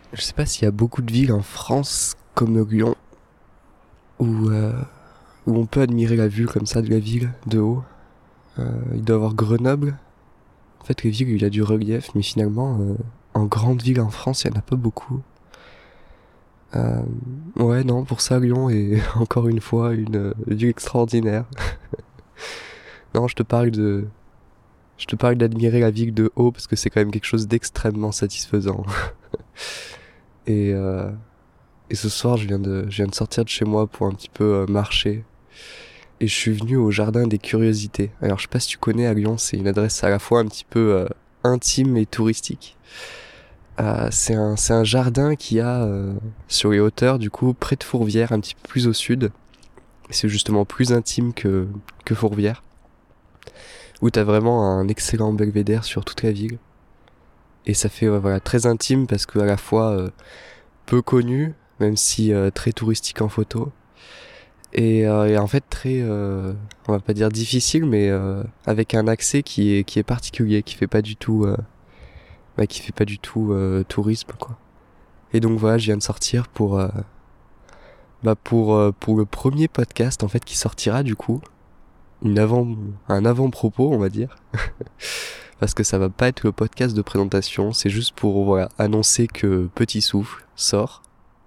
Je sais pas s'il y a beaucoup de villes en France comme Lyon où, où on peut admirer la vue comme ça de la ville de haut. Il doit y avoir Grenoble. En fait, les villes où il y a du relief, mais finalement, en grande ville en France, il y en a pas beaucoup. Euh, ouais, non, pour ça, Lyon est encore une fois une ville extraordinaire. Non, je te parle d'admirer la ville de haut parce que c'est quand même quelque chose d'extrêmement satisfaisant. Et, euh, et ce soir, je viens de sortir de chez moi pour un petit peu marcher. Et je suis venu au jardin des curiosités. Alors je sais pas si tu connais à Lyon, c'est une adresse à la fois un petit peu intime et touristique. C'est un jardin qui a sur les hauteurs du coup près de Fourvière, un petit peu plus au sud. C'est justement plus intime que Fourvière, où t'as vraiment un excellent belvédère sur toute la ville. Et ça fait voilà très intime parce que à la fois peu connu, même si très touristique en photo. Et en fait très, on va pas dire difficile, mais avec un accès qui est particulier, qui fait pas du tout tourisme quoi. Et donc voilà, je viens de sortir pour le premier podcast en fait qui sortira du coup, un avant-propos on va dire, parce que ça va pas être le podcast de présentation, c'est juste pour voilà annoncer que Petit Souffle sort.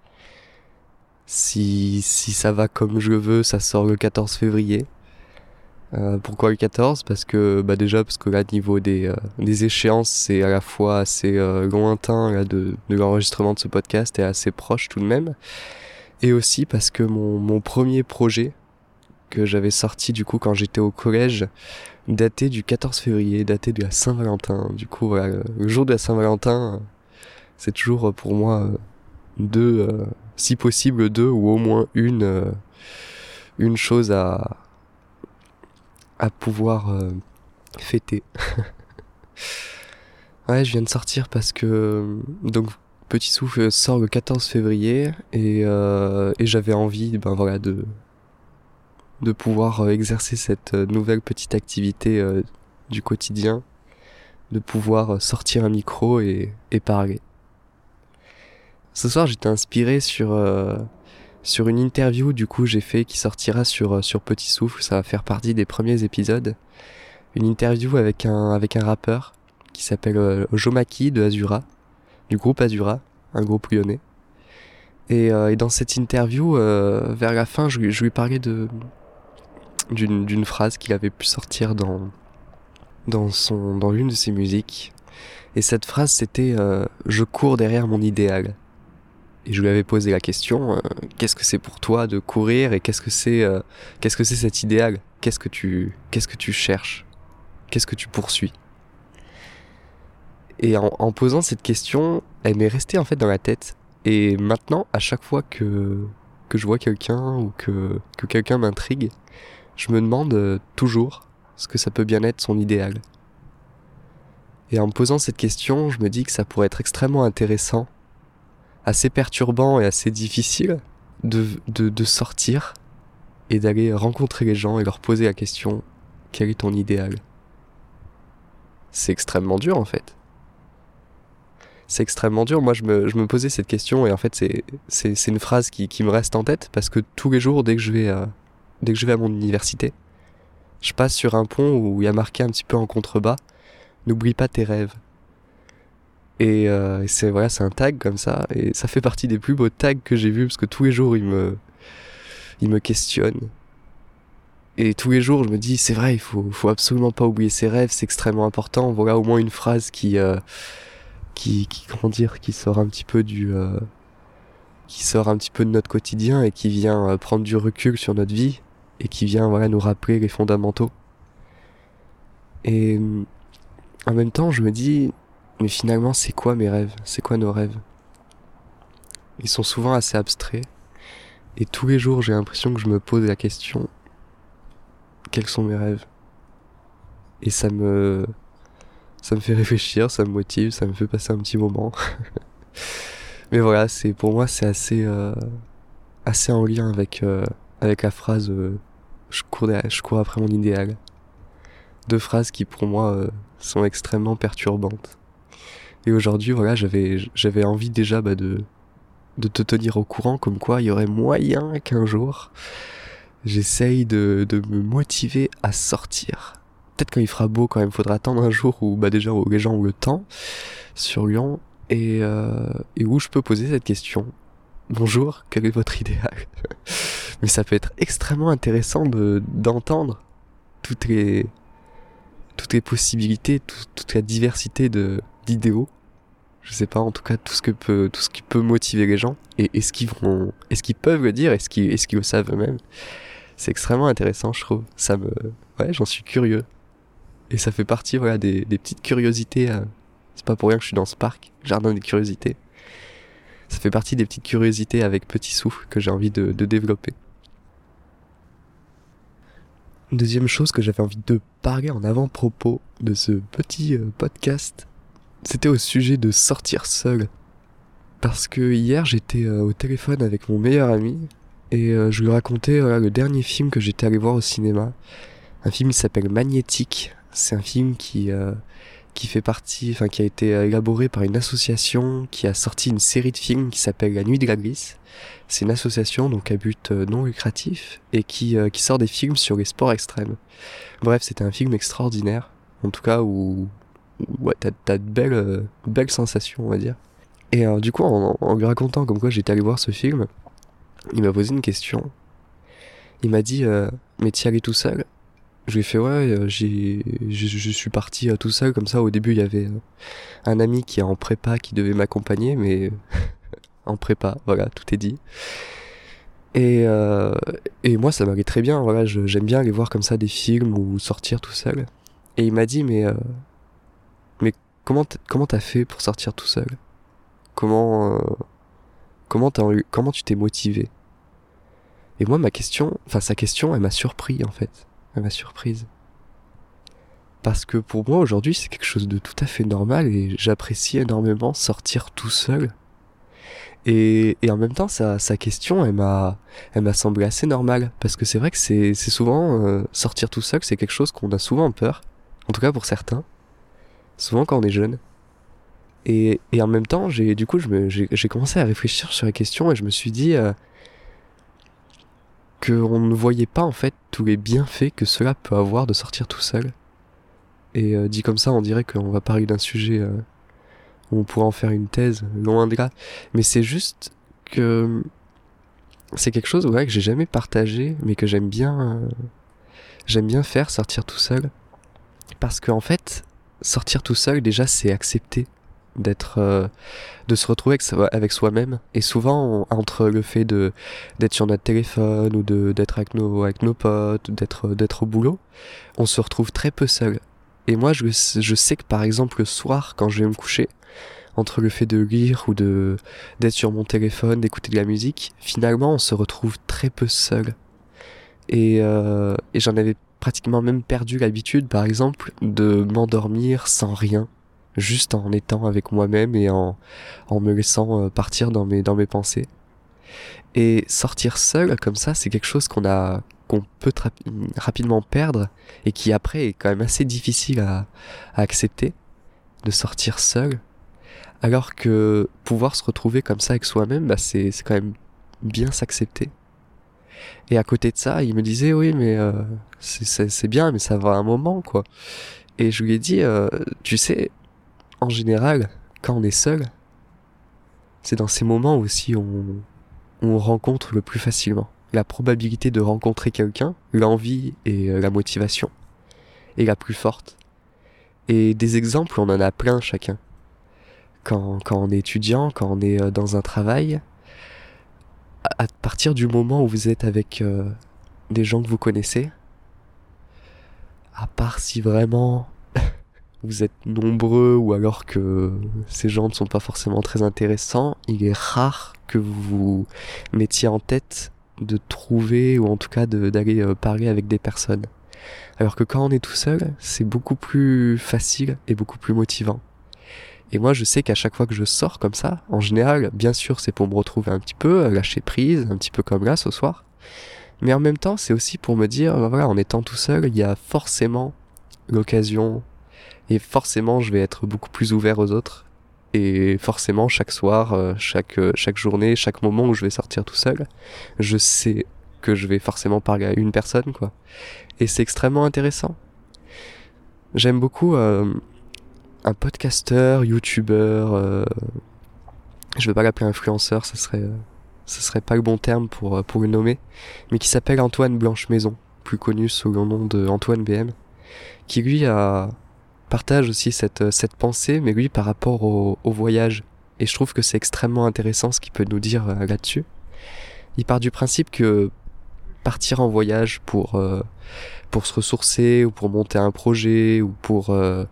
Si ça va comme je le veux, ça sort le 14 février. Pourquoi le 14 ? Parce que déjà parce que là niveau des échéances c'est à la fois assez lointain là, de l'enregistrement de ce podcast et assez proche tout de même. Et aussi parce que mon premier projet que j'avais sorti du coup quand j'étais au collège datait du 14 février, datait de la Saint-Valentin. Du coup voilà, le jour de la Saint-Valentin c'est toujours pour moi si possible deux ou au moins une chose à pouvoir fêter. Ouais, je viens de sortir parce que donc Petit Souffle sort le 14 février et j'avais envie de pouvoir exercer cette nouvelle petite activité du quotidien, de pouvoir sortir un micro et parler. Ce soir, j'étais inspiré sur une interview du coup j'ai fait qui sortira sur Petit Souffle, ça va faire partie des premiers épisodes. Une interview avec un rappeur qui s'appelle Jomaki de Azura, du groupe Azura, un groupe lyonnais. Et dans cette interview, vers la fin, je lui parlais d'une phrase qu'il avait pu sortir dans l'une de ses musiques. Et cette phrase, c'était je cours derrière mon idéal. Et je lui avais posé la question qu'est-ce que c'est pour toi de courir et qu'est-ce que c'est cet idéal ? Qu'est-ce que tu cherches ? Qu'est-ce que tu poursuis ? Et en posant cette question, elle m'est restée en fait dans la tête. Et maintenant, à chaque fois que je vois quelqu'un ou que quelqu'un m'intrigue, je me demande toujours ce que ça peut bien être son idéal. Et en me posant cette question, je me dis que ça pourrait être extrêmement intéressant, assez perturbant et assez difficile de sortir et d'aller rencontrer les gens et leur poser la question quel est ton idéal ? C'est extrêmement dur en fait. C'est extrêmement dur. Moi, je me posais cette question et en fait, c'est une phrase qui me reste en tête parce que tous les jours, dès que je vais à mon université, je passe sur un pont où il y a marqué un petit peu en contrebas, n'oublie pas tes rêves. Et c'est un tag comme ça et ça fait partie des plus beaux tags que j'ai vus parce que tous les jours, il me questionne. Et tous les jours, je me dis, c'est vrai, faut absolument pas oublier ses rêves, c'est extrêmement important. Voilà au moins une phrase comment dire, qui sort un petit peu de notre quotidien et qui vient prendre du recul sur notre vie et qui vient voilà nous rappeler les fondamentaux. Et en même temps, je me dis mais finalement, c'est quoi mes rêves ? C'est quoi nos rêves ? Ils sont souvent assez abstraits et tous les jours, j'ai l'impression que je me pose la question quels sont mes rêves ? Et ça me fait réfléchir, ça me motive, ça me fait passer un petit moment. Mais voilà, pour moi c'est assez en lien avec la phrase je cours après mon idéal. Deux phrases qui pour moi sont extrêmement perturbantes. Et aujourd'hui, voilà, j'avais envie déjà de te tenir au courant, comme quoi il y aurait moyen qu'un jour, j'essaye de me motiver à sortir. Peut-être quand il fera beau, quand même, faudra attendre un jour où déjà où les gens ont le temps sur Lyon et où je peux poser cette question. Bonjour, quel est votre idéal? Mais ça peut être extrêmement intéressant d'entendre toutes les toutes les possibilités, toute la diversité d'idéaux. Je sais pas, en tout cas tout ce qui peut motiver les gens et est-ce qu'ils peuvent le dire, est-ce qu'ils le savent eux-mêmes. C'est extrêmement intéressant, je trouve. Ouais, j'en suis curieux. Et ça fait partie, voilà, des petites curiosités. C'est pas pour rien que je suis dans ce parc, jardin des curiosités. Ça fait partie des petites curiosités avec petit souffle que j'ai envie de développer. Deuxième chose que j'avais envie de parler en avant-propos de ce petit podcast, c'était au sujet de sortir seul. Parce que hier, j'étais au téléphone avec mon meilleur ami et je lui racontais le dernier film que j'étais allé voir au cinéma. Un film qui s'appelle Magnétique. C'est un film qui fait partie, enfin qui a été élaboré par une association qui a sorti une série de films qui s'appelle La Nuit de la Glisse. C'est une association donc à but non lucratif et qui sort des films sur les sports extrêmes. Bref, c'était un film extraordinaire, en tout cas où ouais, t'as de belles sensations, on va dire. Et du coup, en lui racontant comme quoi j'étais allé voir ce film, il m'a posé une question. Il m'a dit mais t'y allais tout seul? Je lui ai fait ouais, je suis parti tout seul comme ça. Au début, il y avait un ami qui est en prépa qui devait m'accompagner, mais en prépa, voilà, tout est dit. Et moi, ça m'allait très bien. Voilà, j'aime bien aller voir comme ça des films ou sortir tout seul. Et il m'a dit mais comment t'as fait pour sortir tout seul? Comment tu t'es motivé? Et moi, sa question, elle m'a surpris en fait. Elle m'a surprise. Parce que pour moi, aujourd'hui, c'est quelque chose de tout à fait normal et j'apprécie énormément sortir tout seul. Et en même temps, sa question, elle m'a semblé assez normale. Parce que c'est vrai que c'est souvent, sortir tout seul, c'est quelque chose qu'on a souvent peur. En tout cas pour certains. Souvent quand on est jeune. Et en même temps, j'ai commencé à réfléchir sur la question et je me suis dit qu'on ne voyait pas en fait tous les bienfaits que cela peut avoir de sortir tout seul. Et dit comme ça, on dirait qu'on va parler d'un sujet où on pourrait en faire une thèse, loin de là. Mais c'est juste que c'est quelque chose que j'ai jamais partagé, mais que j'aime bien faire, sortir tout seul. Parce qu'en fait, sortir tout seul, déjà, c'est accepter de se retrouver avec soi-même. Et souvent, entre le fait d'être sur notre téléphone ou d'être avec nos potes, d'être au boulot, on se retrouve très peu seul. Et moi, je sais que par exemple le soir, quand je vais me coucher, entre le fait de lire ou d'être sur mon téléphone, d'écouter de la musique, finalement, on se retrouve très peu seul. Et j'en avais pratiquement même perdu l'habitude, par exemple, de m'endormir sans rien, juste en étant avec moi-même et en me laissant partir dans mes pensées. Et sortir seul comme ça, c'est quelque chose qu'on peut rapidement perdre et qui après est quand même assez difficile à accepter, de sortir seul. Alors que pouvoir se retrouver comme ça avec soi-même, c'est quand même bien s'accepter. Et à côté de ça, il me disait oui mais c'est bien mais ça va un moment quoi. Et je lui ai dit tu sais, en général, quand on est seul, c'est dans ces moments aussi où on rencontre le plus facilement. La probabilité de rencontrer quelqu'un, l'envie et la motivation est la plus forte. Et des exemples, on en a plein chacun. Quand on est étudiant, quand on est dans un travail, à partir du moment où vous êtes avec des gens que vous connaissez, à part si vraiment vous êtes nombreux ou alors que ces gens ne sont pas forcément très intéressants, il est rare que vous vous mettiez en tête de trouver ou en tout cas d'aller parler avec des personnes. Alors que quand on est tout seul, c'est beaucoup plus facile et beaucoup plus motivant. Et moi je sais qu'à chaque fois que je sors comme ça, en général, bien sûr c'est pour me retrouver un petit peu, lâcher prise, un petit peu comme là ce soir, mais en même temps c'est aussi pour me dire, voilà, en étant tout seul, il y a forcément l'occasion, et forcément je vais être beaucoup plus ouvert aux autres, Et forcément, chaque soir, chaque journée, chaque moment où je vais sortir tout seul, je sais que je vais forcément parler à une personne, quoi. Et c'est extrêmement intéressant. J'aime beaucoup un podcasteur, youtubeur, je veux pas l'appeler influenceur, ce serait pas le bon terme pour le nommer, mais qui s'appelle Antoine Blanche-Maison, plus connu sous le nom de Antoine BM, qui lui partage aussi cette pensée, mais lui par rapport au voyage. Et je trouve que c'est extrêmement intéressant ce qu'il peut nous dire là-dessus. Il part du principe que partir en voyage pour se ressourcer, ou pour monter un projet, ou pour à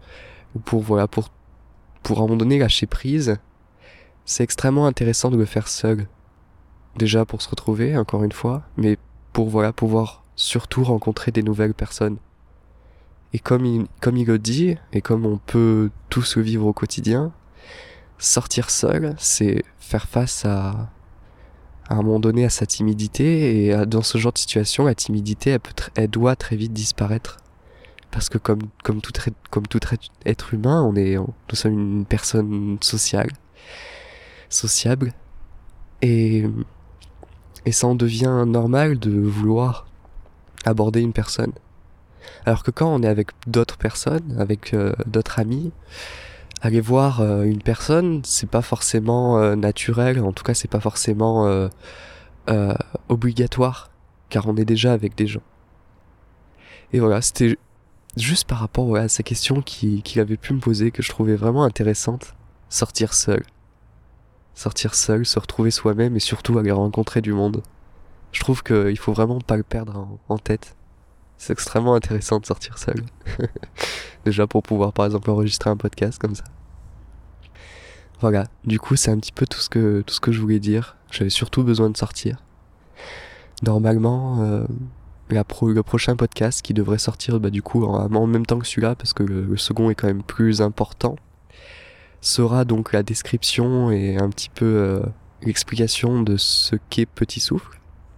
un moment donné lâcher prise, c'est extrêmement intéressant de le faire seul. Déjà pour se retrouver, encore une fois, mais pour pouvoir surtout rencontrer des nouvelles personnes. Et comme il le dit, et comme on peut tous le vivre au quotidien, sortir seul, c'est faire face à un moment donné à sa timidité, et dans ce genre de situation, la timidité, elle doit très vite disparaître. Parce que comme tout être humain, nous sommes une personne sociable, et ça en devient normal de vouloir aborder une personne. Alors que quand on est avec d'autres personnes, avec d'autres amis, aller voir une personne, c'est pas forcément naturel, en tout cas c'est pas forcément obligatoire, car on est déjà avec des gens. Et voilà, c'était juste par rapport à ces questions qu'il avait pu me poser, que je trouvais vraiment intéressantes. Sortir seul, se retrouver soi-même, et surtout aller rencontrer du monde. Je trouve qu'il faut vraiment pas le perdre en tête. C'est extrêmement intéressant de sortir seul. Déjà pour pouvoir par exemple enregistrer un podcast comme ça. Voilà, du coup c'est un petit peu tout ce que je voulais dire. J'avais surtout besoin de sortir. Normalement, le prochain podcast qui devrait sortir du coup en même temps que celui-là, parce que le second est quand même plus important, sera donc la description et un petit peu l'explication de ce qu'est Petit Souffle.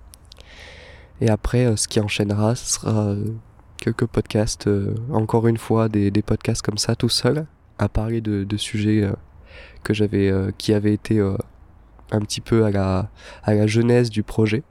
Et après, ce qui enchaînera, ce sera quelques podcasts, encore une fois, des podcasts comme ça, tout seul, à parler de sujets qui avaient été un petit peu à la genèse du projet.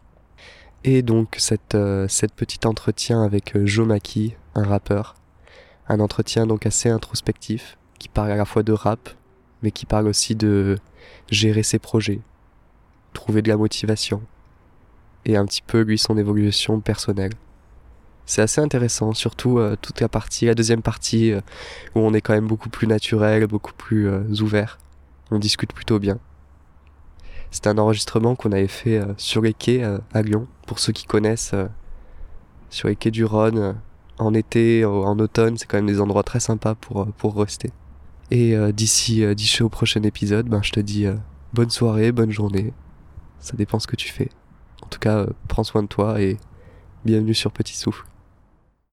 Et donc, cette petit entretien avec Joe Maki, un rappeur. Un entretien donc assez introspectif, qui parle à la fois de rap, mais qui parle aussi de gérer ses projets, trouver de la motivation, et un petit peu lui son évolution personnelle. C'est assez intéressant, surtout toute la deuxième partie où on est quand même beaucoup plus naturel, beaucoup plus ouvert. On discute plutôt bien. C'est un enregistrement qu'on avait fait sur les quais à Lyon, pour ceux qui connaissent, sur les quais du Rhône, en été, en automne, c'est quand même des endroits très sympas pour rester. Et d'ici au prochain épisode, je te dis bonne soirée, bonne journée, ça dépend ce que tu fais. En tout cas, prends soin de toi et bienvenue sur Petit Souffle.